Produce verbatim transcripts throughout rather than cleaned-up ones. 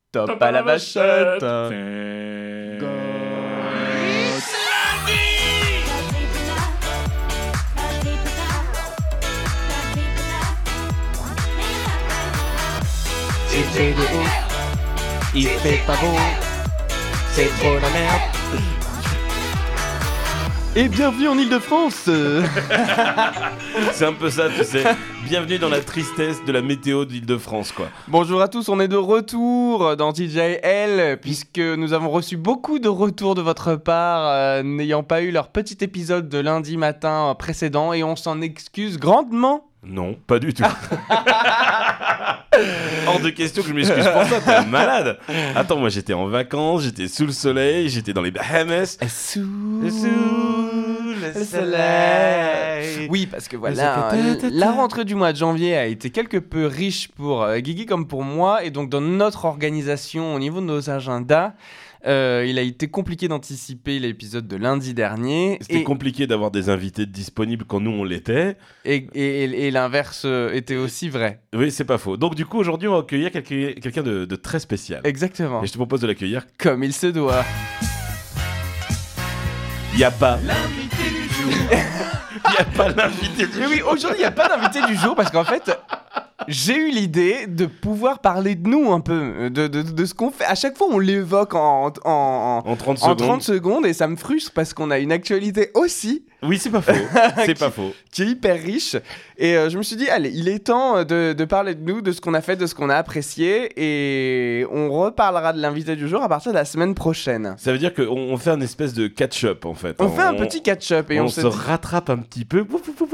Top à la vachette. Il fait de ouf, il fait pas beau, c'est trop la merde. Et bienvenue en Ile-de-France. C'est un peu ça, tu sais. Bienvenue dans la tristesse de la météo d'Île-de-France, quoi. Bonjour à tous, on est de retour dans T J L, puisque nous avons reçu beaucoup de retours de votre part, euh, n'ayant pas eu leur petit épisode de lundi matin précédent, et on s'en excuse grandement. Non, pas du tout. Hors de question que je m'excuse pour ça, t'es un malade. Attends, moi j'étais en vacances, j'étais sous le soleil, j'étais dans les Bahamas. Sous, Sous le soleil. Oui, parce que voilà, euh, la rentrée du mois de janvier a été quelque peu riche pour euh, Guigui comme pour moi, et donc dans notre organisation, au niveau de nos agendas, Euh, il a été compliqué d'anticiper l'épisode de lundi dernier. C'était et, compliqué d'avoir des invités disponibles quand nous on l'était. Et, et, et, et l'inverse était aussi vrai. Oui, c'est pas faux. Donc du coup, aujourd'hui, on va accueillir quelqu'un, quelqu'un de, de très spécial. Exactement. Et je te propose de l'accueillir comme il se doit. Il n'y a pas l'invité du jour. Il n'y a pas l'invité du jour. Mais oui, aujourd'hui, il n'y a pas d'invité du jour parce qu'en fait... J'ai eu l'idée de pouvoir parler de nous un peu, de, de, de ce qu'on fait. À chaque fois, on l'évoque en, en, en, trente, en secondes. trente secondes et ça me frustre parce qu'on a une actualité aussi. Oui, c'est pas faux. C'est qui, pas faux. Qui est hyper riche. Et euh, je me suis dit, allez, il est temps de, de parler de nous, de ce qu'on a fait, de ce qu'on a apprécié. Et on reparlera de l'invité du jour à partir de la semaine prochaine. Ça veut dire qu'on on fait un espèce de catch-up en fait. On, on fait un petit catch-up et on, on se, se dit... rattrape un petit peu.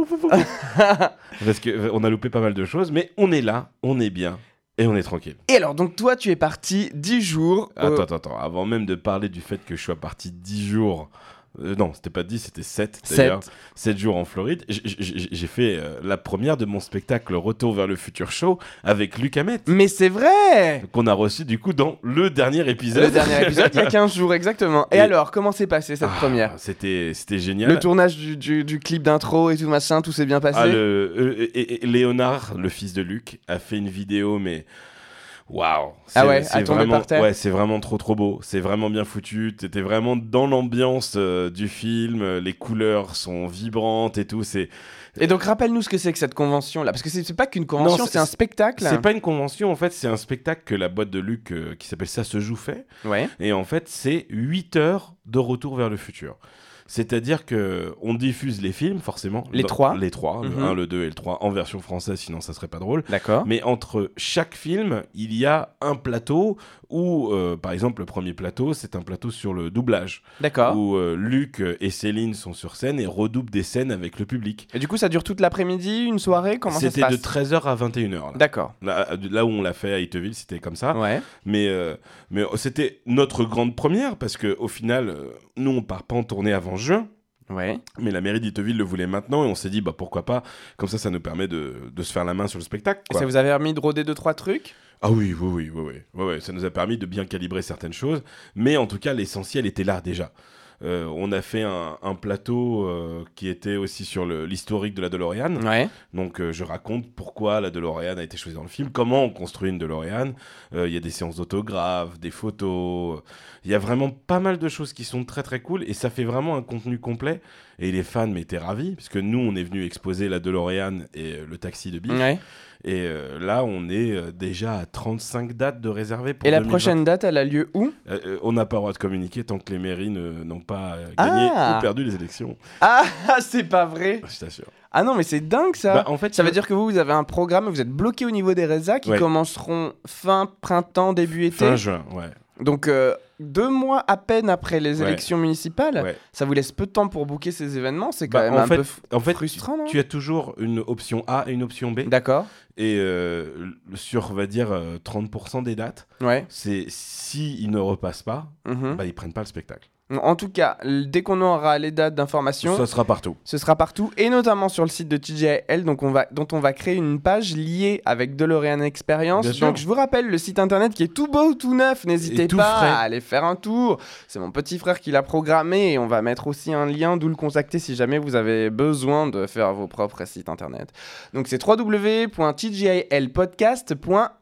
Parce qu'on a loupé pas mal de choses, mais on est là, on est bien. Et on est tranquille. Et alors, donc toi, tu es parti dix jours... Attends, euh... attends, attends. Avant même de parler du fait que je sois parti dix jours... Euh, non, c'était pas dix, c'était sept d'ailleurs. sept jours en Floride. J- j- j'ai fait euh, la première de mon spectacle Retour vers le futur show avec Luc Hamet. Mais c'est vrai! Qu'on a reçu du coup dans le dernier épisode. Le dernier épisode, il y a quinze jours, exactement. Et, et alors, comment s'est passé cette ah, première? C'était, c'était génial. Le tournage du, du, du clip d'intro et tout machin, tout s'est bien passé? Ah, le, euh, et, et Léonard, le fils de Luc, a fait une vidéo, mais... Waouh! Ah ouais, à tomber par terre. Ouais, c'est vraiment trop trop beau. C'est vraiment bien foutu. T'étais vraiment dans l'ambiance euh, du film. Les couleurs sont vibrantes et tout. C'est... Et donc rappelle-nous ce que c'est que cette convention là, parce que c'est, c'est pas qu'une convention, non, c'est, c'est un spectacle. C'est pas une convention en fait, c'est un spectacle que la boîte de Luc euh, qui s'appelle Ça se joue fait. Ouais. Et en fait, c'est huit heures de Retour vers le futur. C'est-à-dire qu'on diffuse les films, forcément. Les dans, trois Les trois, mm-hmm. le un, le deux et le trois, en version française, sinon ça serait pas drôle. D'accord. Mais entre chaque film, il y a un plateau où, euh, par exemple, le premier plateau, c'est un plateau sur le doublage. D'accord. Où euh, Luc et Céline sont sur scène et redoublent des scènes avec le public. Et du coup, ça dure toute l'après-midi, une soirée? Comment c'était ça se passe? C'était de treize heures à vingt et une heures. Là. D'accord. Là, là où on l'a fait à Itteville, c'était comme ça. Ouais. Mais, euh, mais c'était notre grande première parce qu'au final, euh, nous, on part pas en tournée avant juin. Ouais. Mais la mairie d'Itteville le voulait maintenant et on s'est dit bah pourquoi pas, comme ça ça nous permet de, de se faire la main sur le spectacle quoi. Et ça vous avait permis de rôder deux trois trucs? Ah oui oui oui oui oui, oui, oui. Ça nous a permis de bien calibrer certaines choses, mais en tout cas l'essentiel était là déjà. Euh, on a fait un, un plateau euh, qui était aussi sur le, l'historique de la DeLorean. Ouais. Donc euh, je raconte pourquoi la DeLorean a été choisie dans le film, comment on construit une DeLorean. Il euh, y a des séances d'autographes, des photos. Il y a vraiment pas mal de choses qui sont très très cool et ça fait vraiment un contenu complet. Et les fans m'étaient ravis puisque nous on est venu exposer la DeLorean et euh, le taxi de Biff. Ouais. Et euh, là, on est euh, déjà à trente-cinq dates de réservées pour Et la deux mille vingt. prochaine date, elle a lieu où? euh, euh, On n'a pas le droit de communiquer tant que les mairies ne, n'ont pas euh, gagné ah. ou perdu les élections. Ah, c'est pas vrai. Je t'assure. Ah non, mais c'est dingue ça. Bah, en fait, ça veut veux... dire que vous, vous avez un programme, vous êtes bloqué au niveau des résas qui ouais. commenceront fin printemps, début été. Fin juin, ouais. Donc euh, deux mois à peine après les ouais. élections municipales, ouais. ça vous laisse peu de temps pour booker ces événements, c'est quand bah, même en un fait, peu f- en fait, frustrant, non? Tu as toujours une option A et une option B. D'accord. Et euh, sur, on va dire, euh, trente pour cent des dates, ouais. c'est s'ils ne repassent pas, mm-hmm. bah, ils prennent pas le spectacle. En tout cas, dès qu'on aura les dates d'information, ça sera partout. Ce sera partout, et notamment sur le site de T J L, donc on va, dont on va créer une page liée avec DeLorean Experience. Bien donc sûr. je vous rappelle le site internet qui est tout beau, tout neuf. N'hésitez tout pas frais. à aller faire un tour. C'est mon petit frère qui l'a programmé, et on va mettre aussi un lien d'où le contacter si jamais vous avez besoin de faire vos propres sites internet. Donc c'est w w w point t j l podcast point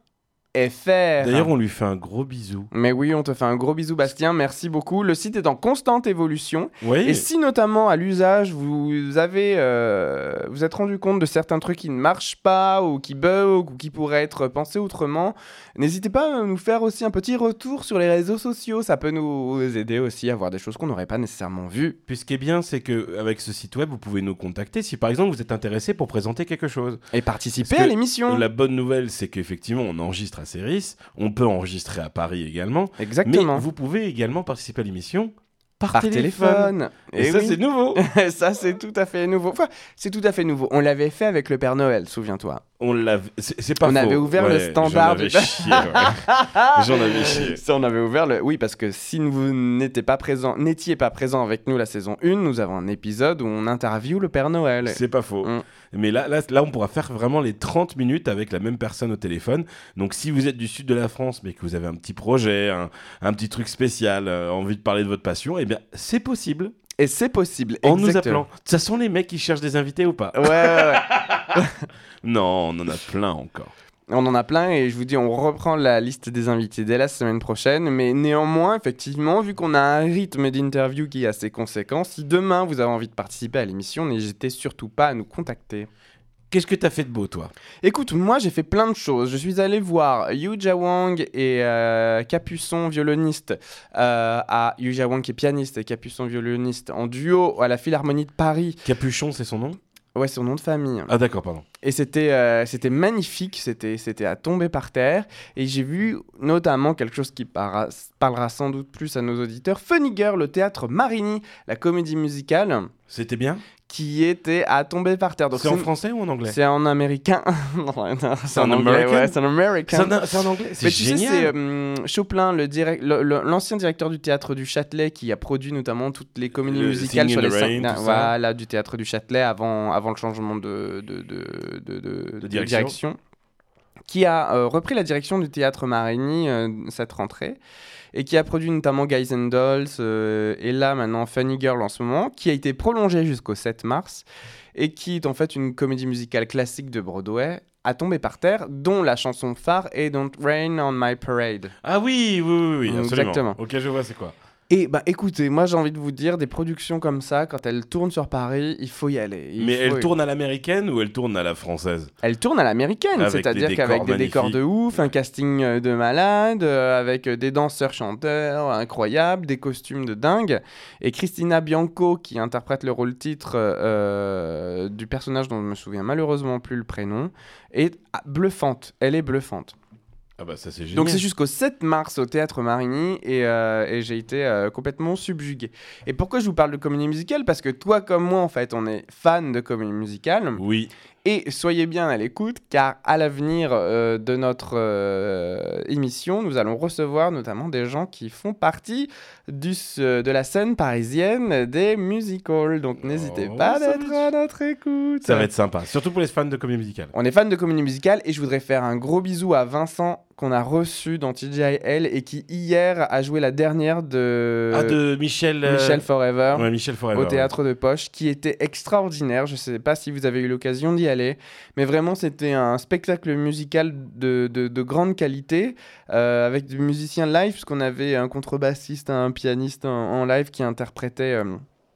F R. D'ailleurs, on lui fait un gros bisou. Mais oui, on te fait un gros bisou, Bastien. Merci beaucoup. Le site est en constante évolution. Oui. Et si notamment à l'usage, vous avez, euh, vous êtes rendu compte de certains trucs qui ne marchent pas ou qui bug ou qui pourraient être pensés autrement, n'hésitez pas à nous faire aussi un petit retour sur les réseaux sociaux. Ça peut nous aider aussi à voir des choses qu'on n'aurait pas nécessairement vues. Puis ce qui est bien, c'est qu'avec ce site web, vous pouvez nous contacter si par exemple vous êtes intéressé pour présenter quelque chose. Et participer Parce à que l'émission. La bonne nouvelle, c'est qu'effectivement, on enregistre à Céris, on peut enregistrer à Paris également. Exactement. Mais vous pouvez également participer à l'émission par, Par téléphone. téléphone. Et, Et ça, oui. c'est nouveau. Ça, c'est tout à fait nouveau. Enfin, c'est tout à fait nouveau. On l'avait fait avec le Père Noël, souviens-toi. On l'avait... C'est, c'est pas On faux. avait ouvert le Ouais, standard J'en avais du- chié. Ouais. J'en avais chié. Ça, on avait ouvert le. Oui, parce que si vous n'étiez pas présent, n'étiez pas présent avec nous la saison un, nous avons un épisode où on interviewe le Père Noël. C'est pas faux. Mm. Mais là, là, là, on pourra faire vraiment les trente minutes avec la même personne au téléphone. Donc, si vous êtes du sud de la France, mais que vous avez un petit projet, un, un petit truc spécial, euh, envie de parler de votre passion, eh bien, c'est possible Et c'est possible. en nous exactement. appelant. Ça sont les mecs qui cherchent des invités ou pas? Ouais, ouais, ouais. Non, on en a plein encore. On en a plein et je vous dis, on reprend la liste des invités dès la semaine prochaine. Mais néanmoins, effectivement, vu qu'on a un rythme d'interview qui est assez conséquent, si demain vous avez envie de participer à l'émission, n'hésitez surtout pas à nous contacter. Qu'est-ce que t'as fait de beau, toi? Écoute, moi j'ai fait plein de choses. Je suis allé voir Yuja Wang et euh, Capuçon, violoniste, euh, à Yuja Wang qui est pianiste et Capuçon, violoniste, en duo à la Philharmonie de Paris. Capuchon, c'est son nom? Ouais, c'est son nom de famille. Ah d'accord, pardon. Et c'était, euh, c'était magnifique, c'était, c'était à tomber par terre. Et j'ai vu notamment quelque chose qui para- parlera sans doute plus à nos auditeurs. Funny Girl, le théâtre Marigny, la comédie musicale, C'était bien? qui était à tomber par terre. Donc C'est en français ou en anglais? C'est en américain. Non, non, c'est en en anglais, American? ouais, c'est en américain. C'est en, c'est en anglais? C'est Mais tu sais, génial! c'est euh, Choplin, le direct, le- le- l'ancien directeur du théâtre du Châtelet, qui a produit notamment toutes les comédies Le musicales Singing sur in les the cinq, Rain, na- tout ça. voilà, du théâtre du Châtelet avant, avant le changement de, de, de, de, de- de direction. direction, qui a euh, repris la direction du théâtre Marigny euh, cette rentrée. Et qui a produit notamment Guys and Dolls, euh, et là maintenant Funny Girl en ce moment, qui a été prolongée jusqu'au sept mars, et qui est en fait une comédie musicale classique de Broadway, à tomber par terre, dont la chanson phare est Don't Rain on My Parade. Ah oui, oui, oui, oui, absolument. Exactement. Ok, je vois c'est quoi. Et bah écoutez, moi j'ai envie de vous dire, des productions comme ça, quand elles tournent sur Paris, il faut y aller. Il Mais faut elle y- tourne à l'américaine ou elle tourne à la française? Elle tourne à l'américaine, Avec c'est-à-dire des qu'avec décors des décors de ouf, un casting euh, de malade, euh, avec euh, des danseurs-chanteurs incroyables, des costumes de dingue. Et Christina Bianco, qui interprète le rôle titre euh, du personnage dont je me souviens malheureusement plus le prénom, est ah, bluffante. Elle est bluffante. Ah bah ça c'est génial. Donc c'est jusqu'au sept mars au Théâtre Marigny et, euh, et j'ai été euh, complètement subjugué. Et pourquoi je vous parle de comédie musicale? Parce que toi comme moi en fait on est fan de comédie musicale. Oui. Et soyez bien à l'écoute, car à l'avenir euh, de notre euh, émission, nous allons recevoir notamment des gens qui font partie du, de la scène parisienne des musicals. Donc n'hésitez Oh, pas ça d'être va à notre écoute. Ça va être sympa, surtout pour les fans de comédie musicale. On est fan de comédie musicale et je voudrais faire un gros bisou à Vincent qu'on a reçu dans T J I L et qui hier a joué la dernière de, Ah, de Michel... euh, Michel Forever. Ouais, Michel Forever. Au ouais. théâtre de Poche, qui était extraordinaire. Je ne sais pas si vous avez eu l'occasion d'y aller, mais vraiment c'était un spectacle musical de, de, de grande qualité, euh, avec des musiciens live, parce qu'on avait un contrebassiste, un pianiste en, en live qui interprétait euh,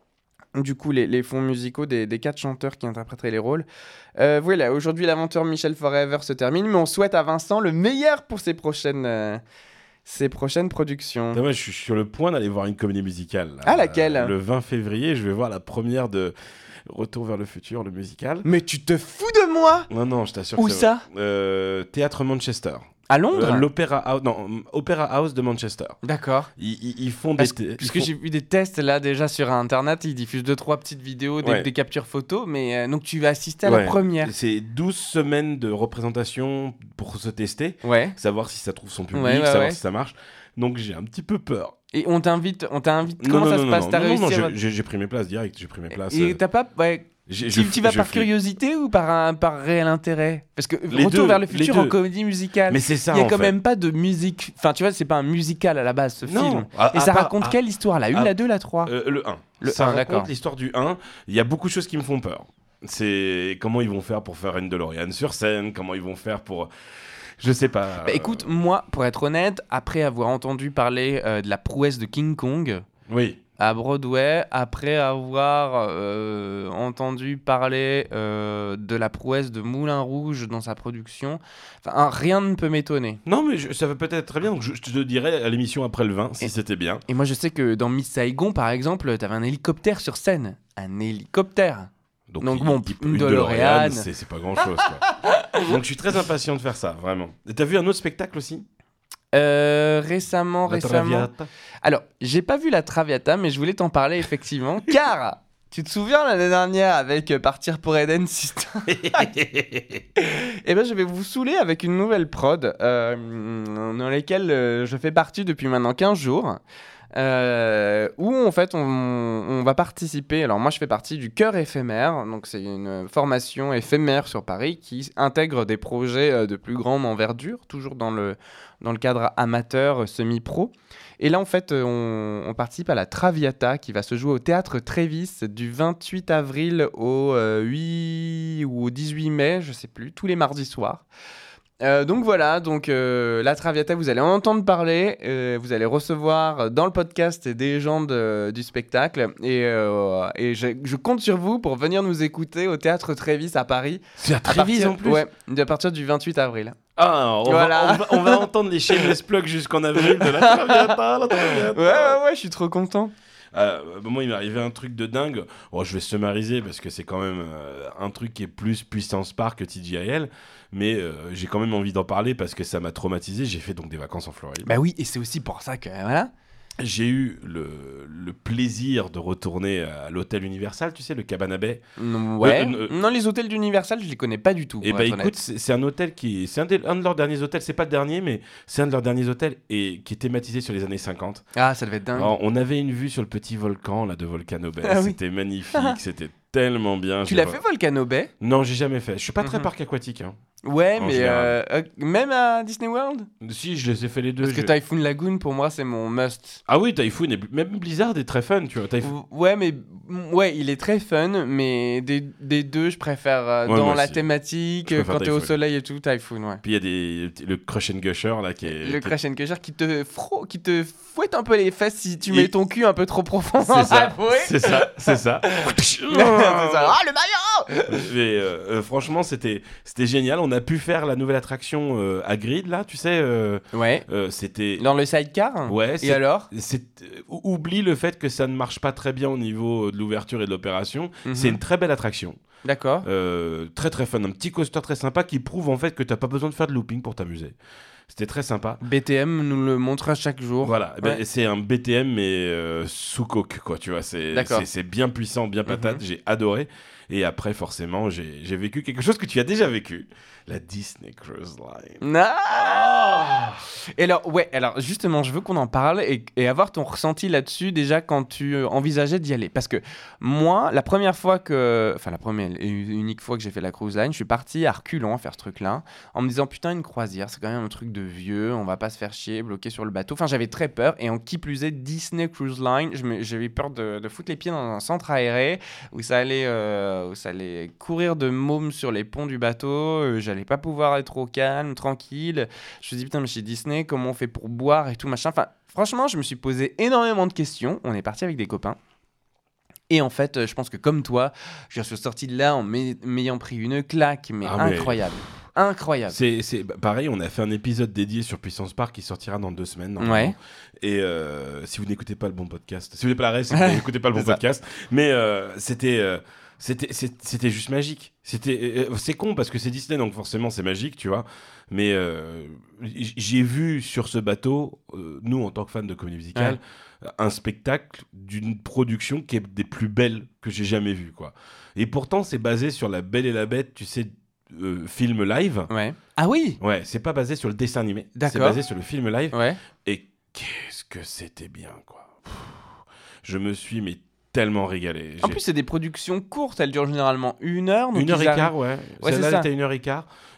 du coup les, les fonds musicaux des, des quatre chanteurs qui interpréteraient les rôles. Euh, voilà, aujourd'hui l'aventure Michel Forever se termine, mais on souhaite à Vincent le meilleur pour ses prochaines... euh, ses prochaines productions. Putain, moi, je suis sur le point d'aller voir une comédie musicale. là. Ah, laquelle? Le vingt février, je vais voir la première de Retour vers le futur, le musical. Mais tu te fous de moi? Non, non, je t'assure. Où que c'est ça? vrai. euh, Théâtre Manchester. À Londres? Euh, L'Opéra House, non, Opera House de Manchester. D'accord. Ils, ils- ils font Parce des... que, ils puisque font- j'ai vu des tests là déjà sur internet, ils diffusent deux trois petites vidéos, des, Ouais. des captures photos, mais euh, donc tu vas assister à Ouais. la première. C'est douze semaines de représentation pour se tester, Ouais. savoir si ça trouve son public, Ouais, ouais, savoir ouais. si ça marche. Donc j'ai un petit peu peur. Et on t'invite, on t'invite. Non, Comment non, ça non, se non, passe? non, T'as non, non, réussi à- j'ai- j'ai j'ai pris mes places direct, j'ai pris mes places. Et euh, t'as pas, ouais. j'ai- Tu, je- tu vas je par flippe. curiosité ou par un, par réel intérêt? Parce que Les Retour deux, vers le les futur en deux. comédie musicale. Mais c'est ça, il y a en quand fait. même pas de musique. Enfin, tu vois, c'est pas un musical à la base ce Non. film. À- Et à ça part- raconte à- quelle histoire? La une, à- la deux, la trois? Euh, le un. Le ça un, d'accord. raconte l'histoire du un. Il y a beaucoup de choses qui me font peur. C'est comment ils vont faire pour faire une DeLorean sur scène, comment ils vont faire pour... Je sais pas. Bah, écoute, moi, pour être honnête, après avoir entendu parler euh, de la prouesse de King Kong Oui. à Broadway, après avoir euh, entendu parler euh, de la prouesse de Moulin Rouge dans sa production, enfin, rien ne peut m'étonner. Non, mais je- ça va peut-être très bien. Donc je, je te dirai à l'émission après le vin si Et- c'était bien. Et moi, je sais que dans Miss Saigon, par exemple, t'avais un hélicoptère sur scène. Un hélicoptère. Donc, bon, une une DeLorean. c'est c'est pas grand-chose. quoi. Donc je suis très impatient de faire ça, vraiment. Et t'as vu un autre spectacle aussi Euh, récemment, La récemment. Traviata. Alors, j'ai pas vu la Traviata, mais je voulais t'en parler effectivement, car tu te souviens l'année dernière avec euh, Partir pour Eden System. Eh ben, je vais vous saouler avec une nouvelle prod euh, dans laquelle euh, je fais partie depuis maintenant quinze jours. Euh, où en fait on, on va participer. Alors moi je fais partie du Chœur éphémère, donc c'est une formation éphémère sur Paris qui intègre des projets euh, de plus grande envergure, toujours dans le, dans le cadre amateur euh, semi-pro. Et là en fait euh, on, on participe à la Traviata qui va se jouer au Théâtre Trévis du vingt-huit avril au euh, huit ou au dix-huit mai, je sais plus, tous les mardis soirs. Euh, donc voilà, donc euh, la Traviata, vous allez en entendre parler, euh, vous allez recevoir dans le podcast des gens de- du spectacle et, euh, et je, je compte sur vous pour venir nous écouter au Théâtre Trévis à Paris. C'est à À Trévis partir- en plus. Ouais, à partir du vingt-huit avril. Ah, on, Voilà. va, on, va, on va entendre les shameless plugs jusqu'en avril de la Traviata, la Traviata. Ouais, ouais, ouais, je suis trop content. Euh, bah, moi, il m'est arrivé un truc de dingue. Oh, je vais summariser parce que c'est quand même euh, un truc qui est plus Puissance Park que T G I L. Mais euh, j'ai quand même envie d'en parler parce que ça m'a traumatisé. J'ai fait donc des vacances en Floride. Bah oui, et c'est aussi pour ça que, voilà. J'ai eu le, le plaisir de retourner à l'hôtel Universal, tu sais, le Cabana Bay. Non, ouais. Euh, euh, non, les hôtels d'Universal, je les connais pas du tout. Et pour bah être écoute, honnête. c'est c'est un hôtel qui. C'est un, des- un de leurs derniers hôtels. C'est pas le dernier, mais c'est un de leurs derniers hôtels et qui est thématisé sur les années cinquante. Ah, ça devait être dingue. Alors, on avait une vue sur le petit volcan là, de Volcano Bay. Ah oui. C'était magnifique, c'était tellement bien. Tu J'ai l'as pas- fait Volcano Bay? Non, j'ai jamais fait. Je suis pas très Mhm. parc aquatique. Hein. Ouais, En mais général. euh, euh, même à Disney World? Si, je les ai fait les deux. Parce que je- Typhoon Lagoon, pour moi, c'est mon must. Ah oui, Typhoon, et même Blizzard est très fun, tu vois. Typhoon- Ouais, mais mm, ouais, il est très fun, mais des, des deux, je préfère euh, Ouais, dans moi la aussi. thématique, Je euh, préfère quand t'es au Typhoon. soleil et tout, Typhoon, ouais. Puis il y a des, le Crush and Gusher là qui est. Le qui est- Crash and Crusher qui te, fro- qui te fouette un peu les fesses si tu Et- mets ton cul un peu trop profond dans C'est la ça, bouée. c'est ça, c'est ça. C'est ça. Ah, le maillot. Mais euh, euh, franchement, c'était c'était génial. On a pu faire la nouvelle attraction euh, à Grid là, tu sais. euh, Ouais. euh, c'était. Dans le sidecar. Ouais, Et c'est- alors? c'est euh, oublie le fait que ça ne marche pas très bien au niveau de l'ouverture et de l'opération. Mhm. C'est une très belle attraction, D'accord. Euh, très très fun, un petit coaster très sympa qui prouve en fait que t'as pas besoin de faire de looping pour t'amuser. C'était très sympa. B T M nous le montre à chaque jour. Voilà, eh ben, Ouais. c'est un B T M mais euh, sous coke quoi, tu vois. C'est D'accord. c'est- c'est bien puissant, bien patate. Mhm. J'ai adoré. Et après forcément, j'ai j'ai vécu quelque chose que tu as déjà vécu, la Disney Cruise Line. Ah Et alors, ouais, alors justement, je veux qu'on en parle et, et avoir ton ressenti là-dessus déjà quand tu euh, envisageais d'y aller. Parce que moi, la première fois que. Enfin, la première et unique fois que j'ai fait la cruise line, je suis parti à reculons faire ce truc-là en me disant putain, une croisière, c'est quand même un truc de vieux, on va pas se faire chier, bloqué sur le bateau. Enfin, j'avais très peur et en qui plus est, Disney Cruise Line, je me- j'avais peur de, de foutre les pieds dans un centre aéré où ça allait, euh, où ça allait courir de mômes sur les ponts du bateau, euh, j'allais pas pouvoir être au calme, tranquille. Je me suis dit, putain, mais chez Disney, comment on fait pour boire et tout, machin. Enfin, franchement, je me suis posé énormément de questions. On est parti avec des copains. Et en fait, euh, je pense que comme toi, je suis sorti de là en m'ay- m'ayant pris une claque, mais Ah, mais- incroyable. Incroyable. C'est c'est- bah, pareil, on a fait un épisode dédié sur Puissance Park qui sortira dans deux semaines. normalement. Ouais. Et euh, si vous n'écoutez pas le bon podcast, si vous n'êtes pas la reste, c'est que vous n'écoutez pas le bon C'est ça. podcast. Mais euh, c'était. euh, C'était, c'est- c'était juste magique. C'était, euh, c'est con parce que c'est Disney, donc forcément c'est magique, tu vois. Mais euh, j- j'ai vu sur ce bateau, euh, nous en tant que fans de comédie musicale, un spectacle d'une production qui est des plus belles que j'ai jamais vues, quoi. Et pourtant c'est basé sur La Belle et la Bête, tu sais, euh, film live. Ouais. Ah oui. Ouais, c'est pas basé sur le dessin animé. C'est D'accord. basé sur le film live. Ouais. Et qu'est-ce que c'était bien, quoi. Pff, je me suis mais tellement régalé. En J'ai- plus, c'est des productions courtes. Elles durent généralement une heure. donc Une heure ils et arrivent- quart, ouais. Ouais, Celle-là, c'est ça. elle était à une heure et quart.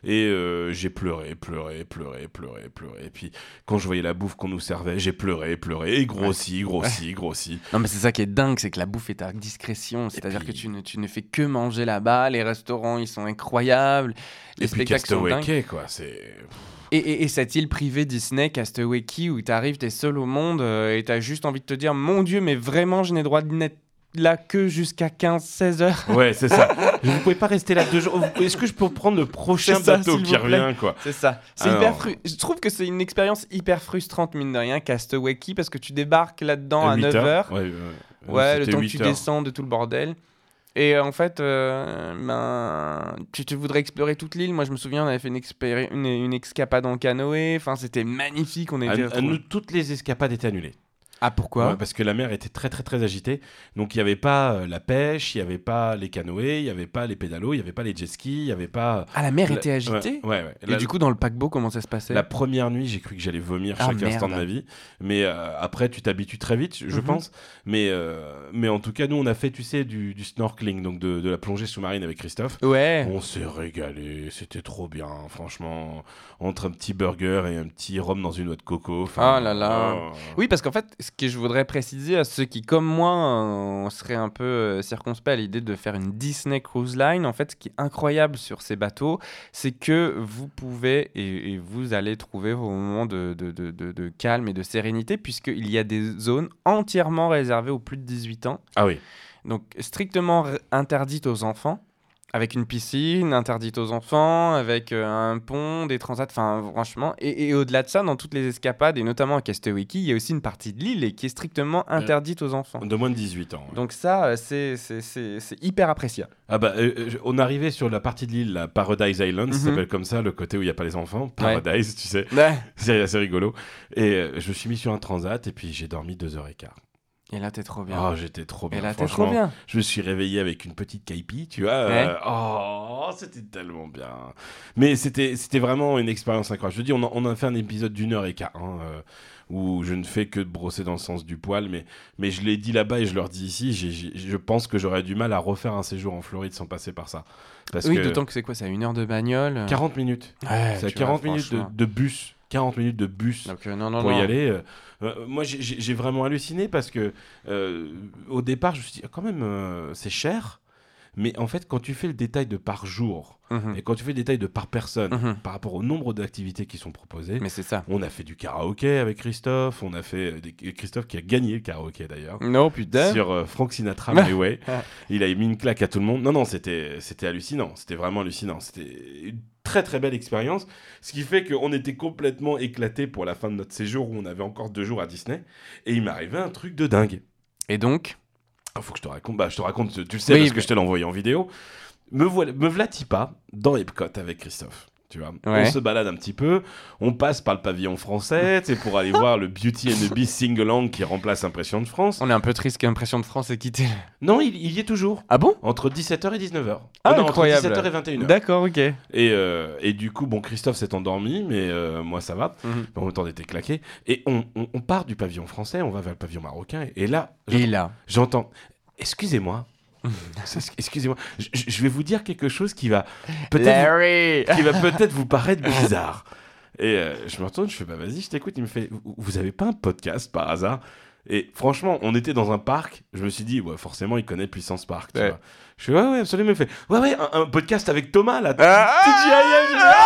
Et euh, j'ai pleuré, pleuré, pleuré, pleuré, pleuré. Et puis quand je voyais la bouffe qu'on nous servait, j'ai pleuré, pleuré, et grossi, grossi, grossi. Non, mais c'est ça qui est dingue, c'est que la bouffe est à discrétion. C'est-à-dire puis... que tu ne, tu ne fais que manger là-bas. Les restaurants, ils sont incroyables. Les et puis spectacles sont dingues. Castaway Cay, quoi, c'est... Et, et, et cette île privée Disney, Castaway Cay, où t'arrives, t'es seul au monde euh, et t'as juste envie de te dire, mon Dieu, mais vraiment, je n'ai droit de n'être là que jusqu'à quinze seize heures. Ouais, c'est ça. Vous ne pouvez pas rester là deux jours. Est-ce que je peux prendre le prochain ça, bateau qui revient, quoi? C'est ça. C'est Alors... hyper fru... Je trouve que c'est une expérience hyper frustrante, mine de rien, Castaway Cay, parce que tu débarques là-dedans à, à neuf heures. Ouais, ouais. ouais le temps que tu heures. descends de tout le bordel. Et en fait, euh, ben, tu, tu voudrais explorer toute l'île. Moi, je me souviens, on avait fait une, expéri- une, une escapade en canoë. Enfin, c'était magnifique. On était à, à nous, toutes les escapades étaient annulées. Ah, pourquoi? Ouais, parce que la mer était très très très agitée. Donc il n'y avait pas euh, la pêche, il n'y avait pas les canoës, il n'y avait pas les pédalos, il n'y avait pas les jet skis, il n'y avait pas... Ah, la mer la... était agitée? Ouais, ouais. ouais. Et la... du coup, dans le paquebot, comment ça se passait? La première nuit, j'ai cru que j'allais vomir ah, chaque merde. instant de ma vie. Mais euh, après, tu t'habitues très vite, je mm-hmm. pense. Mais, euh, mais en tout cas, nous, on a fait, tu sais, du, du snorkeling, donc de, de la plongée sous-marine avec Christophe. Ouais. On s'est régalé, c'était trop bien, franchement. Entre un petit burger et un petit rhum dans une noix de coco. Oh là là. Oh. Oui, parce qu'en fait, ce que je voudrais préciser à ceux qui, comme moi, euh, on serait un peu euh, circonspect à l'idée de faire une Disney Cruise Line, en fait, ce qui est incroyable sur ces bateaux, c'est que vous pouvez et, et vous allez trouver vos moments de, de, de, de, de calme et de sérénité, puisqu'il y a des zones entièrement réservées aux plus de dix-huit ans. Ah oui. Donc, strictement r- interdites aux enfants. Avec une piscine interdite aux enfants, avec euh, un pont, des transats, enfin franchement. Et, et au-delà de ça, dans toutes les escapades, et notamment à Castaway Cay, il y a aussi une partie de l'île qui est strictement interdite aux enfants. De moins de dix-huit ans. Ouais. Donc ça, euh, c'est, c'est, c'est, c'est hyper appréciable. Ah bah, euh, on arrivait sur la partie de l'île, la Paradise Island, mm-hmm. ça s'appelle comme ça, le côté où il n'y a pas les enfants. Paradise, ouais. tu sais. Ouais. C'est assez rigolo. Et euh, je me suis mis sur un transat et puis j'ai dormi deux heures et quart. Et là, t'es trop bien. Oh, j'étais trop bien. Et là, t'es trop bien. Je me suis réveillé avec une petite caipi, tu vois. Ouais. Euh, oh, c'était tellement bien. Mais c'était, c'était vraiment une expérience incroyable. Je te dis, on a, on a fait un épisode d'une heure et quart, hein, euh, où je ne fais que de brosser dans le sens du poil. Mais, mais je l'ai dit là-bas et je leur dis ici, j'ai, j'ai, je pense que j'aurais du mal à refaire un séjour en Floride sans passer par ça. Parce oui, que d'autant que c'est quoi, c'est à une heure de bagnole. quarante minutes. Ouais, c'est à quarante vois, minutes de, de bus. quarante minutes de bus Donc, euh, non, non, pour non. y aller. Euh, euh, moi, j'ai, j'ai vraiment halluciné parce que euh, au départ, je me suis dit, quand même, euh, c'est cher. Mais en fait, quand tu fais le détail de par jour mmh. et quand tu fais le détail de par personne mmh. par rapport au nombre d'activités qui sont proposées, mais c'est ça. On a fait du karaoké avec Christophe, on a fait des... Christophe qui a gagné le karaoké d'ailleurs. Non, putain. Sur euh, Frank Sinatra, My Way. Il a mis une claque à tout le monde. Non, non, c'était, c'était hallucinant. C'était vraiment hallucinant. C'était une très très belle expérience. Ce qui fait qu'on était complètement éclatés pour la fin de notre séjour où on avait encore deux jours à Disney. Et il m'arrivait un truc de dingue. Et donc Il faut que je te raconte. Bah, je te raconte, tu le sais oui, parce mais... que je te l'ai envoyé en vidéo. Me, voilà, me v'là-t-il pas dans Epcot avec Christophe. Tu vois, ouais. On se balade un petit peu, on passe par le pavillon français, c'est pour aller voir le Beauty and the Beast Sing-Along qui remplace Impression de France. On est un peu triste qu'Impression de France ait quitté. Non, il, il y est toujours. Ah bon? Entre dix-sept heures et dix-neuf heures. Ah, oh, non, incroyable. Entre dix-sept heures et vingt et une heures. D'accord, ok. Et, euh, et du coup, bon, Christophe s'est endormi, mais euh, moi ça va. Mm-hmm. En même temps, on était claqués. Et on, on, on part du pavillon français, on va vers le pavillon marocain. Et là, et là, j'entends, excusez-moi. Excusez-moi, je, je vais vous dire quelque chose qui va peut-être, vous, qui va peut-être vous paraître bizarre. Et euh, je me retourne, je fais bah vas-y, je t'écoute. Il me fait, vous avez pas un podcast par hasard? Et franchement, on était dans un parc. Je me suis dit, ouais, forcément, il connaît Puissance Park. Tu ouais. vois. Je fais ouais, ouais, absolument. Il me fait, ouais, ouais, un, un podcast avec Thomas là. Ah T G I F.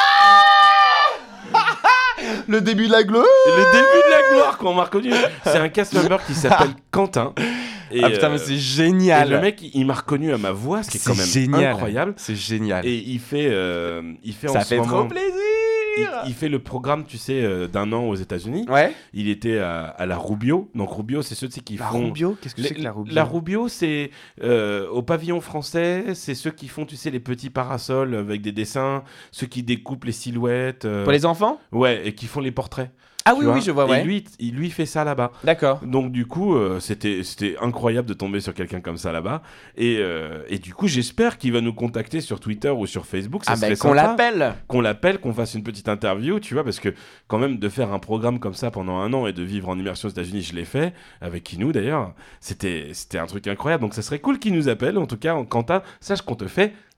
Le début de la gloire. Le début de la gloire, qu'on m'a reconnu. C'est un cast member qui s'appelle Quentin. Et ah putain, euh, mais c'est génial! Et le mec, il, il m'a reconnu à ma voix, ce qui est, c'est quand même génial. Incroyable. C'est génial. Et il fait, euh, il fait ça en fait ce trop moment, plaisir! Il, il fait le programme, tu sais, euh, d'un an aux États-Unis. Ouais. Il était à, à la Rubio. Donc Rubio, c'est ceux tu sais, qui la font. Rubio, qu'est-ce que les, c'est que la Rubio? La Rubio, c'est euh, au pavillon français. C'est ceux qui font, tu sais, les petits parasols avec des dessins, ceux qui découpent les silhouettes. Euh, Pour les enfants? Ouais, et qui font les portraits. Ah oui, vois oui, je vois, ouais. Et lui, il lui fait ça là-bas. D'accord. Donc du coup, euh, c'était, c'était incroyable de tomber sur quelqu'un comme ça là-bas. Et, euh, et du coup, j'espère qu'il va nous contacter sur Twitter ou sur Facebook. Ça ah serait ben, sympa. qu'on l'appelle. Qu'on l'appelle, qu'on fasse une petite interview, tu vois, parce que quand même, de faire un programme comme ça pendant un an et de vivre en immersion aux États-Unis, je l'ai fait, avec Kinou d'ailleurs, c'était, c'était un truc incroyable. Donc ça serait cool qu'il nous appelle. En tout cas, Quentin, sache qu'on te fait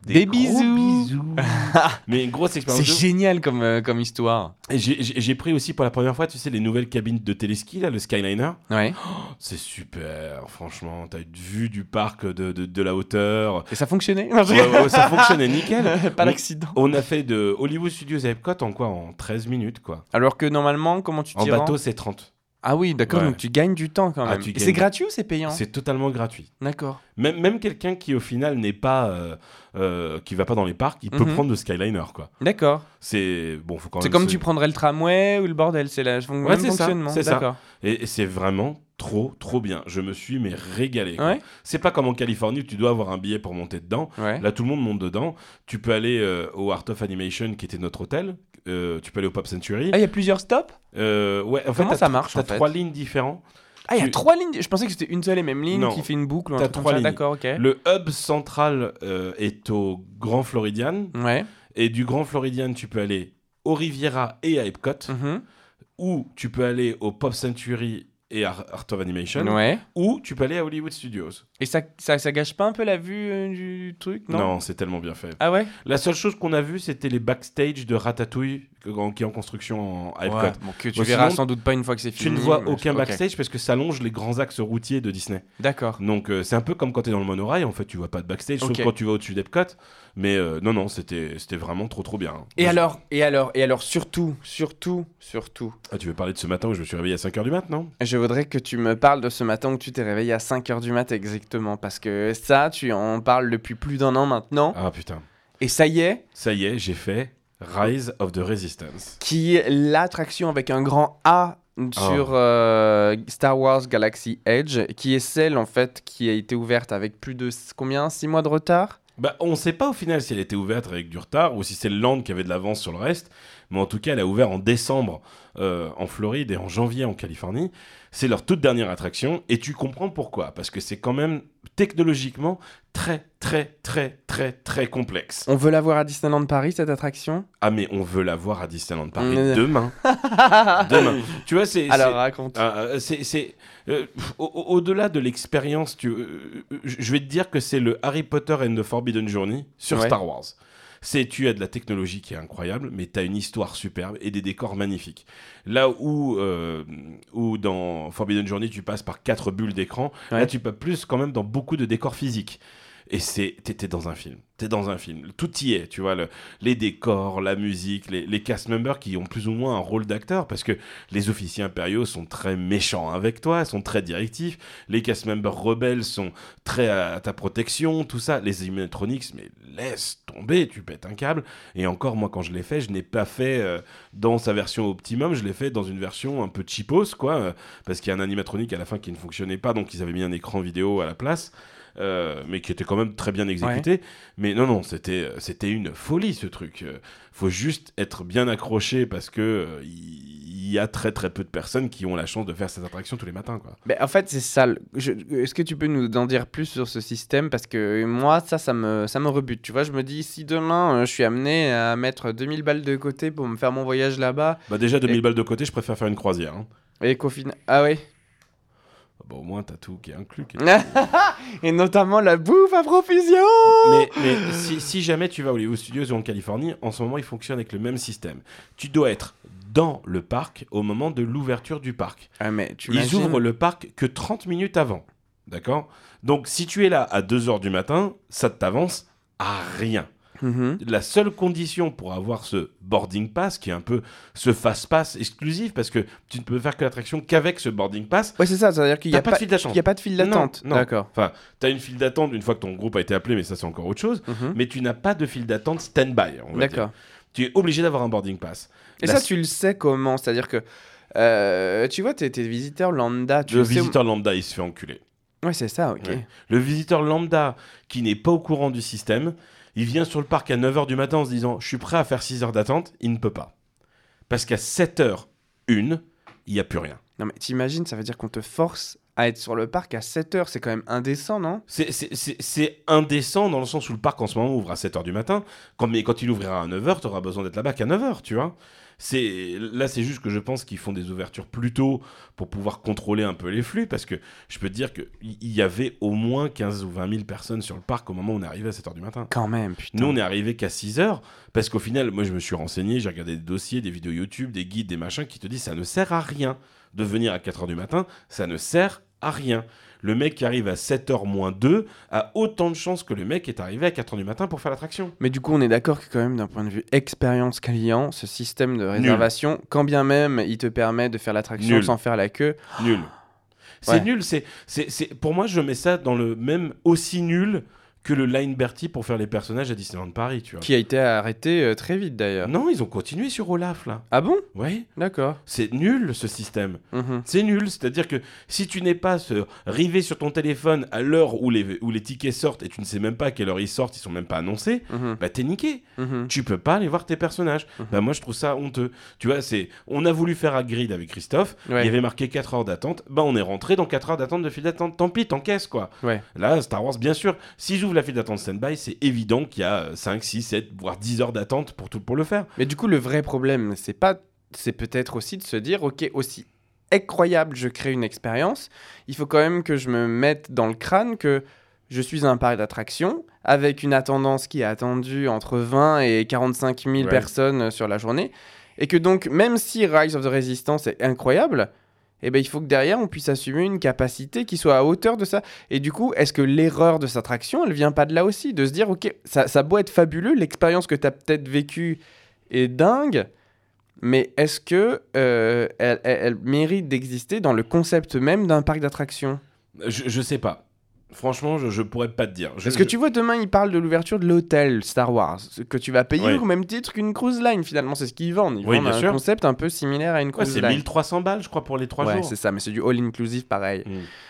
Des, des gros bisous. bisous. Mais une grosse expérience. C'est de... génial comme, euh, comme histoire. Et j'ai, j'ai, j'ai pris aussi pour la première fois, tu sais, les nouvelles cabines de téléski, là, le Skyliner. Ouais. Oh, c'est super, franchement. T'as une vue du parc de, de, de la hauteur. Et ça fonctionnait. Ouais, ouais, ça fonctionnait nickel. Pas on, d'accident. On a fait de Hollywood Studios à Epcot en quoi? En treize minutes, quoi. Alors que normalement, comment tu t'y En rends? bateau, c'est trente. Ah oui, d'accord, Ouais. donc tu gagnes du temps quand Ah, même. tu Et gagnes c'est du- gratuit ou c'est payant? C'est totalement gratuit. D'accord. Même, même quelqu'un qui, au final, n'est pas... Euh, euh, qui va pas dans les parcs, il peut Mhm. prendre le Skyliner, quoi. D'accord. C'est... Bon, faut quand C'est même comme se- tu prendrais le tramway ou le bordel, c'est la fon- Ouais, même c'est ça, fonctionnement. c'est ça. D'accord. Et, et c'est vraiment trop, trop bien. Je me suis mais régalé. quoi. Ouais. C'est pas comme en Californie où tu dois avoir un billet pour monter dedans. Ouais. Là, tout le monde monte dedans. Tu peux aller euh, au Art of Animation, qui était notre hôtel. Euh, tu peux aller au Pop Century. Ah, il y a plusieurs stops? Euh, ouais, en fait, Comment t'as ça tr- marche, T'as en fait trois lignes différentes. Ah, il y a Tu- trois lignes. Je pensais que c'était une seule et même ligne Non. qui fait une boucle ou un T'as truc comme trois ça. lignes. D'accord, ok. Le hub central euh, est au Grand Floridian. Ouais. Et du Grand Floridian, tu peux aller au Riviera et à Epcot. Mhm. Ou tu peux aller au Pop Century et à Art of Animation. Ouais. Ou tu peux aller à Hollywood Studios. Et ça, ça, ça gâche pas un peu la vue euh, du truc, non? Non, c'est tellement bien fait. Ah ouais? La seule chose qu'on a vue, c'était les backstage de Ratatouille que- en- qui est en construction en- à Epcot. Ouais, bon, que tu Bon, verras sinon, sans doute pas une fois que c'est Tu fini. ne vois mais- aucun ok. backstage parce que ça longe les grands axes routiers de Disney. D'accord. Donc euh, c'est un peu comme quand tu es dans le monorail, en fait, tu vois pas de backstage, Ok. sauf quand tu vas au-dessus d'Epcot. Mais euh, non, non, c'était c'était vraiment trop, trop bien. Et Moi, alors, et alors, et alors, surtout, surtout, surtout, je- Ah, tu veux parler de ce matin où je me suis réveillé à cinq heures du mat', non? je voudrais que tu me parles de ce matin où tu t'es réveillé à cinq heures du mat exactement, parce que ça, tu en parles depuis plus d'un an maintenant, Ah putain. et ça y est, Ça y est, j'ai fait Rise of the Resistance. qui est l'attraction avec un grand A sur euh, Star Wars Galaxy Edge, qui est celle en fait qui a été ouverte avec plus de s- combien, six mois de retard? Bah, on sait pas au final si elle était ouverte avec du retard ou si c'est le Land qui avait de l'avance sur le reste, mais en tout cas, elle a ouvert en décembre euh, en Floride et en janvier en Californie. C'est leur toute dernière attraction et tu comprends pourquoi. Parce que c'est quand même technologiquement très, très, très, très, très complexe. On veut la voir à Disneyland Paris cette attraction? Ah, mais on veut la voir à Disneyland Paris Mmh. demain. Demain. Tu vois, c'est. Alors c'est- raconte. Ah, euh, c'est, c'est, euh, pff, au- au- au-delà de l'expérience, tu, euh, je je vais te dire que c'est le Harry Potter and the Forbidden Journey sur Ouais. Star Wars. C'est, tu as de la technologie qui est incroyable, mais tu as une histoire superbe et des décors magnifiques. Là où, euh, où dans Forbidden Journey, tu passes par quatre bulles d'écran, Ouais. là tu passes plus quand même dans beaucoup de décors physiques. Et c'est, t'étais dans un film. T'es dans un film. Tout y est, tu vois. Le, les décors, la musique, les, les cast members qui ont plus ou moins un rôle d'acteur parce que les officiers impériaux sont très méchants avec toi, sont très directifs. Les cast members rebelles sont très à ta protection, tout ça. Les animatronics, mais laisse tomber, tu pètes un câble. Et encore, moi, quand je l'ai fait, je n'ai pas fait euh, dans sa version optimum, je l'ai fait dans une version un peu cheapos, quoi. euh, parce qu'il y a un animatronique à la fin qui ne fonctionnait pas, donc ils avaient mis un écran vidéo à la place. Euh, mais qui était quand même très bien exécuté. Mais non, non, c'était, c'était une folie ce truc. Euh, faut juste être bien accroché parce que euh, il y a très très peu de personnes qui ont la chance de faire cette attraction tous les matins, quoi. Ben, en fait, c'est ça. le- je- Est-ce que tu peux nous en dire plus sur ce système? Parce que moi, ça, ça me, ça me rebute. Tu vois, je me dis, si demain, euh, je suis amené à mettre deux mille balles de côté pour me faire mon voyage là-bas, Bah déjà deux mille Et- balles de côté, je préfère faire une croisière. Hein. et qu'au final... Ah oui. Bah, au moins t'as tout qui est inclus. qui- Et notamment la bouffe à profusion. Mais, mais si, si jamais tu vas au Hollywood Studios ou en Californie, en ce moment ils fonctionnent avec le même système. Tu dois être dans le parc au moment de l'ouverture du parc. Ah, mais tu Ils imagines... ouvrent le parc que trente minutes avant. D'accord? Donc si tu es là à deux heures du matin, ça ne t'avance à rien. Mhm. La seule condition pour avoir ce boarding pass, qui est un peu ce fast pass exclusif, parce que tu ne peux faire que l'attraction qu'avec ce boarding pass, Ouais, c'est ça. C'est-à-dire qu'il n'y t'as a, pas pas de file d'attente. il y a pas de file d'attente. Non, non. D'accord. Enfin, tu as une file d'attente une fois que ton groupe a été appelé, mais ça c'est encore autre chose. Mhm. Mais tu n'as pas de file d'attente stand-by, on va dire. D'accord. Tu es obligé d'avoir un boarding pass. Et La- ça, tu le sais comment? C'est-à-dire que... euh, tu vois, t'es t'es visiteur lambda. Tu Le sais... visiteur lambda, il se fait enculer. Ouais, c'est ça, ok. Ouais. Le visiteur lambda qui n'est pas au courant du système, il vient sur le parc à neuf heures du matin en se disant « je suis prêt à faire six heures d'attente », il ne peut pas. Parce qu'à sept heures une, il n'y a plus rien. Non, mais t'imagines, ça veut dire qu'on te force à être sur le parc à sept heures. C'est quand même indécent, non? C'est- C'est c'est- c'est indécent dans le sens où le parc en ce moment ouvre à sept heures du matin, quand, mais quand il ouvrira à neuf heures, tu auras besoin d'être là-bas qu'à neuf heures, tu vois. c'est là c'est juste que je pense qu'ils font des ouvertures plus tôt pour pouvoir contrôler un peu les flux, parce que je peux te dire qu'il y avait au moins quinze ou vingt mille personnes sur le parc au moment où on est arrivé à sept heures du matin. Quand même, putain. Nous on est arrivé qu'à six heures, parce qu'au final moi je me suis renseigné, j'ai regardé des dossiers, des vidéos YouTube, des guides, des machins qui te disent ça ne sert à rien de venir à quatre heures du matin, ça ne sert à rien. Le mec qui arrive à sept heures moins deux a autant de chances que le mec qui est arrivé à quatre heures du matin pour faire l'attraction. Mais du coup, on est d'accord que quand même, d'un point de vue expérience client, ce système de réservation, nul. Quand bien même il te permet de faire l'attraction nul. Sans faire la queue... Nul. C'est ouais. nul. C'est, c'est, c'est... Pour moi, je mets ça dans le même aussi nul que le Line Bertie pour faire les personnages à Disneyland Paris, tu vois. Qui a été arrêté euh, très vite, d'ailleurs. Non, ils ont continué sur Olaf, là. Ah bon ? Oui. D'accord. C'est nul, ce système. Mm-hmm. C'est nul. C'est-à-dire que si tu n'es pas ce rivé sur ton téléphone à l'heure où les, où les tickets sortent et tu ne sais même pas à quelle heure ils sortent, ils sont même pas annoncés, mm-hmm. bah t'es niqué. Mm-hmm. Tu peux pas aller voir tes personnages. Mm-hmm. Bah moi, je trouve ça honteux. Tu vois, c'est... On a voulu faire à Grid avec Christophe. Ouais. Il y avait marqué quatre heures d'attente. Bah on est rentré dans quatre heures d'attente de file d'attente. Tant pis, t'encaisses, quoi. Ouais. Là, Star Wars, bien sûr. Si j'ouvre la file d'attente stand-by, c'est évident qu'il y a cinq, six, sept, voire dix heures d'attente pour, tout, pour le faire. Mais du coup, le vrai problème, c'est pas, c'est peut-être aussi de se dire, ok, aussi incroyable, je crée une expérience, il faut quand même que je me mette dans le crâne que je suis un parc d'attractions avec une attendance qui est attendue entre vingt et quarante-cinq mille ouais. personnes sur la journée, et que donc, même si Rise of the Resistance est incroyable, eh ben, il faut que derrière, on puisse assumer une capacité qui soit à hauteur de ça. Et du coup, est-ce que l'erreur de cette attraction, elle vient pas de là aussi ? De se dire, ok, ça, ça a beau être fabuleux, l'expérience que tu as peut-être vécue est dingue, mais est-ce que euh, elle, elle, elle mérite d'exister dans le concept même d'un parc d'attractions ? je, je sais pas. Franchement, je, je pourrais pas te dire. Je, Est-ce que je... tu vois, demain, il parle de l'ouverture de l'hôtel Star Wars, que tu vas payer ouais. au même titre qu'une cruise line, finalement. C'est ce qu'ils vendent. Ils oui, vendent un sûr. concept un peu similaire à une cruise ouais, c'est line. C'est mille trois cents balles, je crois, pour les trois ouais, jours. Ouais, c'est ça, mais c'est du all-inclusive pareil. Mm.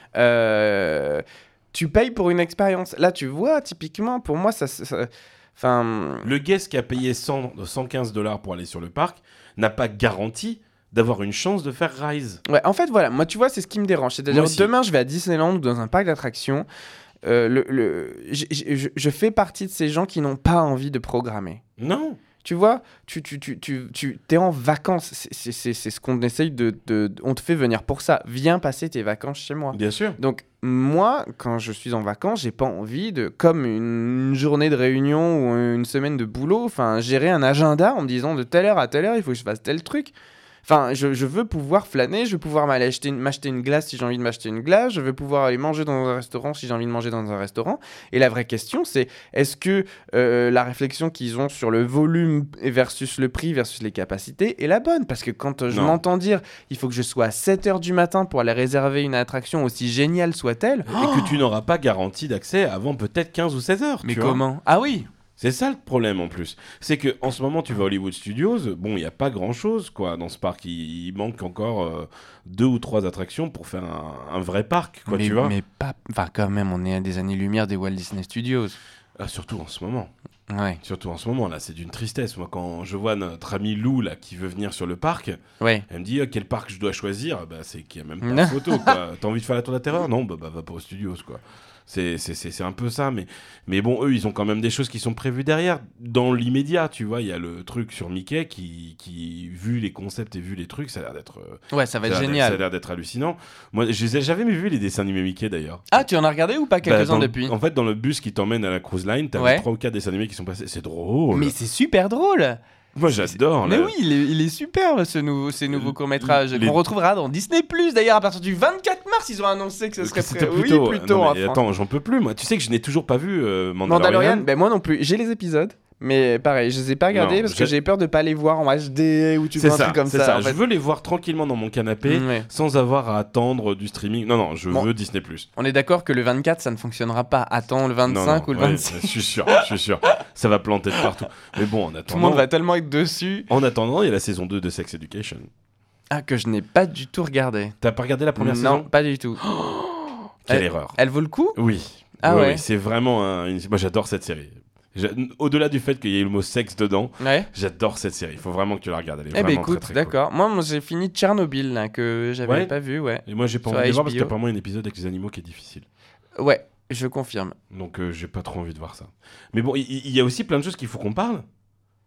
Euh, tu payes pour une expérience. Là, tu vois, typiquement, pour moi, ça... ça enfin... Le guest qui a payé cent, cent quinze dollars pour aller sur le parc n'a pas garanti d'avoir une chance de faire Rise. Ouais, en fait, voilà. Moi, tu vois, c'est ce qui me dérange. C'est-à-dire, demain, je vais à Disneyland ou dans un parc d'attractions. Euh, le, le, je, je, je fais partie de ces gens qui n'ont pas envie de programmer. Non. Tu vois, tu, tu, tu, tu, tu es en vacances. C'est, c'est, c'est, c'est ce qu'on essaye de, de, de... On te fait venir pour ça. Viens passer tes vacances chez moi. Bien sûr. Donc, moi, quand je suis en vacances, j'ai pas envie de, comme une journée de réunion ou une semaine de boulot, enfin, gérer un agenda en me disant de telle heure à telle heure, il faut que je fasse tel truc. Enfin, je, je veux pouvoir flâner, je veux pouvoir m'aller acheter une, m'acheter une glace si j'ai envie de m'acheter une glace, je veux pouvoir aller manger dans un restaurant si j'ai envie de manger dans un restaurant. Et la vraie question, c'est est-ce que euh, la réflexion qu'ils ont sur le volume versus le prix versus les capacités est la bonne ? Parce que quand euh, je non. m'entends dire il faut que je sois à sept heures du matin pour aller réserver une attraction aussi géniale soit-elle... Et oh que tu n'auras pas garantie d'accès avant peut-être quinze ou seize heures. Mais tu comment vois Ah oui. C'est ça le problème en plus. C'est qu'en ce moment, tu vas à Hollywood Studios, bon, il n'y a pas grand-chose quoi, dans ce parc. Il, il manque encore euh, deux ou trois attractions pour faire un, un vrai parc, quoi, mais, tu vois. Mais pas... Enfin, quand même, on est à des années-lumière des Walt Disney Studios. Ah, surtout en ce moment. Ouais. Surtout en ce moment, là, c'est d'une tristesse. Moi, quand je vois notre ami Lou, là, qui veut venir sur le parc, ouais. elle me dit, oh, quel parc je dois choisir ? Bah, c'est qu'il n'y a même pas de photo, quoi. T'as envie de faire la Tour de la Terreur ? Non, bah, bah, va pas aux studios, quoi. C'est, c'est, c'est, c'est un peu ça, mais, mais bon, eux, ils ont quand même des choses qui sont prévues derrière. Dans l'immédiat, tu vois, il y a le truc sur Mickey qui, qui, vu les concepts et vu les trucs, ça a l'air d'être... Ouais, ça va être ça génial. Ça a l'air d'être hallucinant. Moi, je les ai jamais vu, les dessins animés Mickey, d'ailleurs. Ah, tu en as regardé ou pas quelques-uns bah, depuis ? En fait, dans le bus qui t'emmène à la cruise line, t'as ouais. trois ou quatre dessins animés qui sont passés. C'est drôle. Mais c'est super drôle. Moi, j'adore. Mais là. oui, il est, il est superbe, ce nouveau, ces nouveaux courts-métrages les... qu'on retrouvera dans Disney plus. D'ailleurs, à partir du vingt-quatre mars, ils ont annoncé que ce serait C'était prêt. plutôt, oui, plutôt. Non, mais, attends, j'en peux plus, moi. Tu sais que je n'ai toujours pas vu euh, Mandalorian. Mandalorian, ben moi non plus. J'ai les épisodes. Mais pareil, je les ai pas regardés non, parce que j'ai peur de pas les voir en H D ou tu vois un truc comme c'est ça. ça. En fait. Je veux les voir tranquillement dans mon canapé mmh, ouais. sans avoir à attendre du streaming. Non, non, je bon. veux Disney plus. On est d'accord que le vingt-quatre, ça ne fonctionnera pas. Attends le vingt-cinq non, non, ou le ouais, vingt-six. Je suis sûr, je suis sûr. Ça va planter de partout. Mais bon, en attendant... Tout le monde va tellement être dessus. En attendant, il y a la saison deux de Sex Education. Ah, que je n'ai pas du tout regardé. T'as pas regardé la première non, saison ? Non, pas du tout. Quelle elle, erreur. Elle vaut le coup ? Oui. Ah ouais, ouais. Oui, c'est vraiment un... une... Moi, j'adore cette série. Au-delà du fait qu'il y ait le mot sexe dedans, ouais. j'adore cette série. Il faut vraiment que tu la regardes. Elle est eh vraiment ben écoute, très, très d'accord. cool. Moi, moi, j'ai fini Tchernobyl là, que j'avais ouais. pas vu, ouais. Et moi, j'ai pas Sur envie de H B O. voir parce qu'il y a apparemment un épisode avec les animaux qui est difficile. Ouais, je confirme. Donc, euh, j'ai pas trop envie de voir ça. Mais bon, il y, y a aussi plein de choses qu'il faut qu'on parle.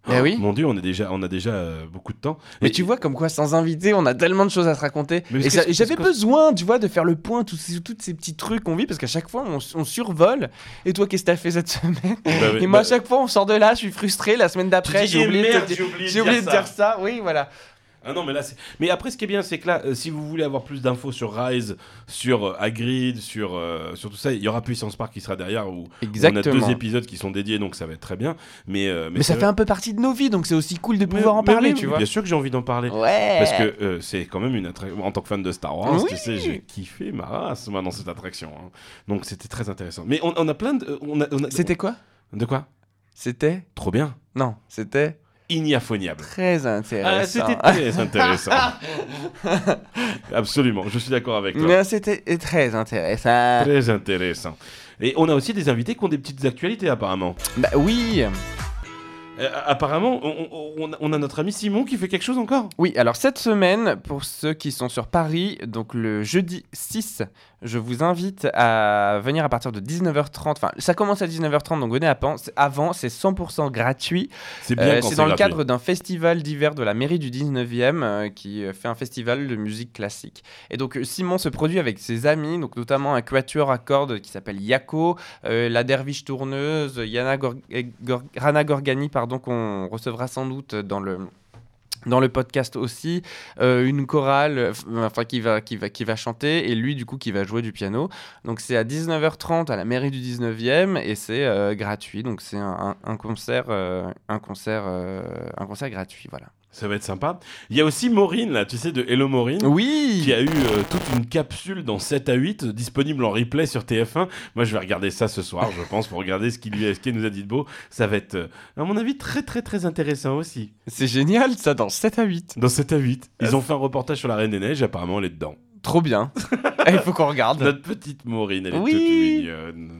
Eh oui. Mon Dieu, on, est déjà, on a déjà euh, beaucoup de temps. Mais Et- tu vois, comme quoi, sans invité, on a tellement de choses à se raconter. Mais Et, parce ça- que- et j'avais parce que- besoin, tu vois, de faire le point, tous ces, tous ces petits trucs qu'on vit, parce qu'à chaque fois, on, on survole. Et toi, qu'est-ce que t'as fait cette semaine? Bah oui, Et moi, bah- à chaque fois, on sort de là, je suis frustré. La semaine Tu d'après, dis, j'ai eh oublié, de merde, te dire- j'ai oublié de j'ai oublié dire de ça. dire ça. Oui, voilà. Ah non, mais là, c'est... Mais après, ce qui est bien, c'est que là, euh, si vous voulez avoir plus d'infos sur Rise, sur euh, Hagrid, sur, euh, sur tout ça, il y aura Puissance Park qui sera derrière, où, où on a Exactement. deux épisodes qui sont dédiés, donc ça va être très bien. Mais, euh, Mais ça c'est fait vrai- un peu partie de nos vies, donc c'est aussi cool de Mais- pouvoir en mais parler, oui, tu oui, vois. Bien sûr que j'ai envie d'en parler. Ouais. Parce que euh, c'est quand même une attraction. En tant que fan de Star Wars, Oui. tu sais, j'ai kiffé ma race moi, dans cette attraction. hein. Donc c'était très intéressant. Mais on, on a plein de. On a, on a- C'était quoi? De quoi C'était Trop bien. Non, c'était Ignaphoniable. très intéressant. Ah, c'était très intéressant. Absolument, je suis d'accord avec toi. Non, c'était très intéressant. Très intéressant. Et on a aussi des invités qui ont des petites actualités apparemment. Bah oui. Euh, apparemment, on, on- on a- on a notre ami Simon qui fait quelque chose encore. Oui, alors cette semaine, pour ceux qui sont sur Paris, donc le jeudi six, je vous invite à venir à partir de dix-neuf heures trente. Enfin, ça commence à dix-neuf heures trente, donc venez à pan- c'est- avant, c'est cent pour cent gratuit. C'est bien Euh, quand c'est dans le gratuit. cadre d'un festival d'hiver de la mairie du dix-neuvième euh, qui euh, fait un festival de musique classique. Et donc euh, Simon se produit avec ses amis, donc notamment un quatuor à cordes qui s'appelle Yako, euh, la derviche tourneuse, Yana Gor- eh, Gor- Rana Gorgani, pardon, qu'on recevra sans doute dans le dans le podcast aussi, euh, une chorale euh, enfin, qui, va, qui, va, qui va chanter, et lui du coup qui va jouer du piano. Donc c'est à dix-neuf heures trente à la mairie du dix-neuvième, et c'est euh, gratuit, donc c'est un, un, un concert, euh, un, concert euh, un concert gratuit, voilà. Ça va être sympa. Il y a aussi Maureen, là, tu sais, de Hello Maureen. Oui. Qui a eu euh, toute une capsule dans sept à huit euh, disponible en replay sur T F un. Moi, je vais regarder ça ce soir, je pense, pour regarder ce qu'il lui a- ce qu'elle nous a dit de beau. Ça va être, euh, à mon avis, très, très, très intéressant aussi. C'est génial ça, dans sept à huit. Dans sept à huit. Ils ont fait un reportage sur la Reine des Neiges, apparemment, elle est dedans. Trop bien. Il faut qu'on regarde. Notre petite Maureen, elle est Oui. toute mignonne.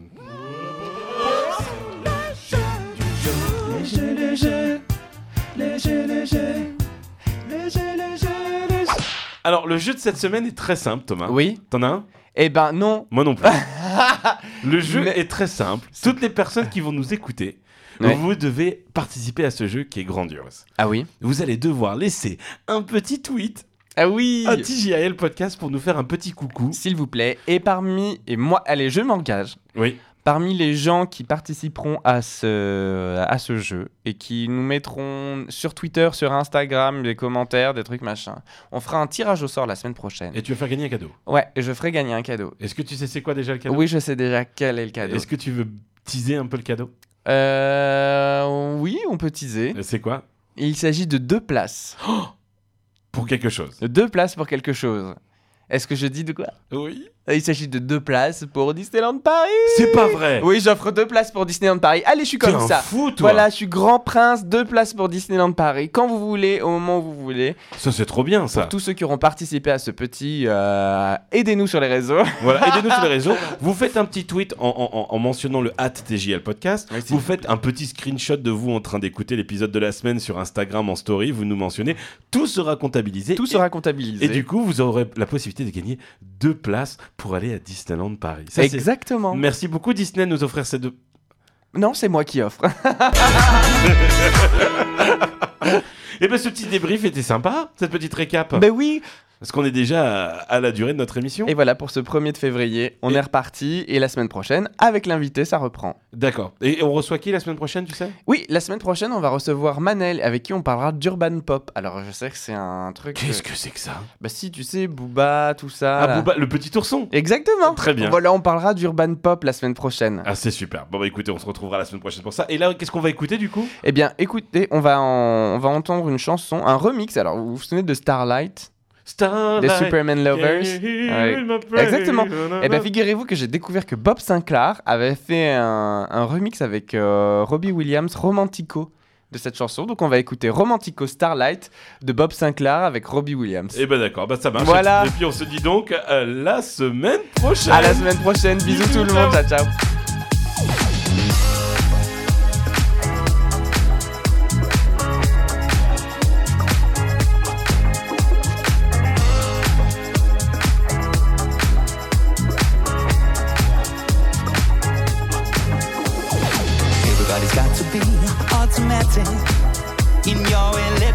Alors, le jeu de cette semaine est très simple, Thomas. Oui. T'en as un? Eh ben non. Moi non plus. Le jeu Mais- est très simple. Toutes les personnes qui vont nous écouter, Ouais. vous devez participer à ce jeu qui est grandiose. Ah oui. Vous allez devoir laisser un petit tweet Ah oui. à T J L Podcast pour nous faire un petit coucou. S'il vous plaît. Et parmi et moi, allez, je m'engage. Oui. Parmi les gens qui participeront à ce, à ce jeu et qui nous mettront sur Twitter, sur Instagram, des commentaires, des trucs machin, on fera un tirage au sort la semaine prochaine. Et tu vas faire gagner un cadeau. Ouais, et je ferai gagner un cadeau. Est-ce que tu sais c'est quoi déjà le cadeau? Oui, je sais déjà quel est le cadeau. Est-ce que tu veux teaser un peu le cadeau? Euh, oui, on peut teaser. Euh, C'est quoi? Il s'agit de deux places. Pour quelque chose. De deux places pour quelque chose. Est-ce que je dis de quoi? Oui. Il s'agit de deux places pour Disneyland Paris. C'est pas vrai. Oui, j'offre deux places pour Disneyland Paris. Allez, je suis T'es comme un ça. fou, toi. Voilà, je suis grand prince, deux places pour Disneyland Paris, quand vous voulez, au moment où vous voulez. Ça c'est trop bien ça. Tous ceux qui auront participé à ce petit euh, aidez-nous sur les réseaux. Voilà, aidez-nous sur les réseaux. Vous faites un petit tweet en, en- en mentionnant le at T J L Podcast. Oui, s'il vous vous faites un petit screenshot de vous en train d'écouter l'épisode de la semaine sur Instagram en story. Vous nous mentionnez. Tout sera comptabilisé. Tout Et- sera comptabilisé. Et du coup, vous aurez la possibilité de gagner deux places pour aller à Disneyland Paris. Ça, c'est- Exactement. Merci beaucoup Disney de nous offrir ces deux. Non, c'est moi qui offre. Et ben ce petit débrief était sympa, cette petite récap. Ben oui. Parce qu'on est déjà à, à la durée de notre émission. Et voilà, pour ce premier de février, on Et- est reparti. Et la semaine prochaine, avec l'invité, ça reprend. D'accord. Et on reçoit qui la semaine prochaine, tu sais? Oui, la semaine prochaine, on va recevoir Manel, avec qui on parlera d'urban pop. Alors, je sais que c'est un truc... Qu'est-ce euh, que c'est que ça? Bah si, tu sais, Booba, tout ça. Ah, là. Booba, le petit ourson. Exactement. Très bien. Voilà, on parlera d'urban pop la semaine prochaine. Ah, c'est super. Bon, bah écoutez, on se retrouvera la semaine prochaine pour ça. Et là, qu'est-ce qu'on va écouter du coup? Eh bien, écoutez, on va, en- on va entendre une chanson, un remix. Alors, vous vous souvenez de Starlight, Starlight. des Superman Lovers? Ouais. Exactement. Eh bien, figurez-vous que j'ai découvert que Bob Sinclair avait fait un, un remix avec euh, Robbie Williams, Romantico, de cette chanson. Donc, on va écouter Romantico Starlight de Bob Sinclair avec Robbie Williams. Et ben d'accord, bah ça marche. Voilà. Et puis on se dit donc à la semaine prochaine. À la semaine prochaine. Bisous, Bisous, tout le ciao. monde. Ciao, ciao. Everybody's got to be automatic.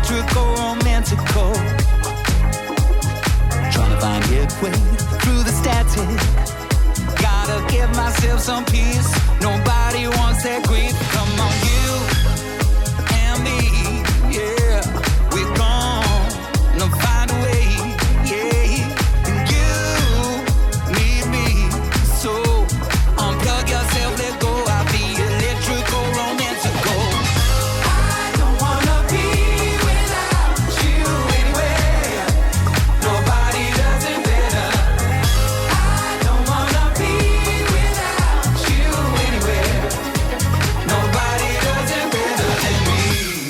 electrical, romantical. Trying to find headway through the static. Gotta give myself some peace. Nobody wants that grief. Come on, you and me, yeah. We're gonna find a way, yeah. And you need me, so unplug yourself, let go. I'll be electrical, romantical. I don't wanna be without you anywhere. Nobody does it better. I don't wanna be without you anywhere. Nobody does it better than me.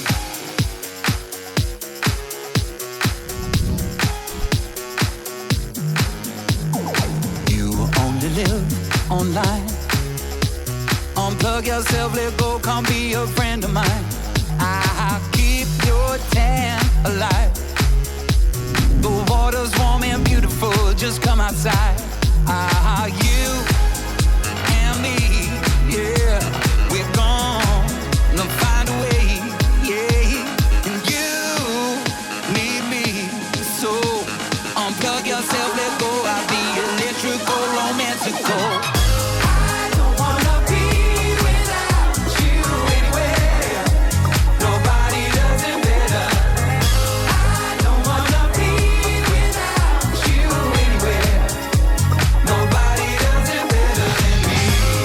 You only live online. Unplug yourself, let go, come be a friend of mine. I'll keep your tan alive. The water's warm and beautiful, just come outside. Ah, you and me, yeah. We're gonna find a way, yeah. And you need me, so unplug yourself, let go. I'll be electrical, romantical. I don't wanna be without you anywhere. Nobody does it better. I don't wanna be without you anywhere. Nobody does it better than me.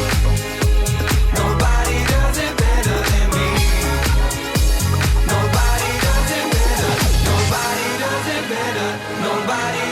Nobody does it better than me. Nobody does it better. Nobody does it better. Nobody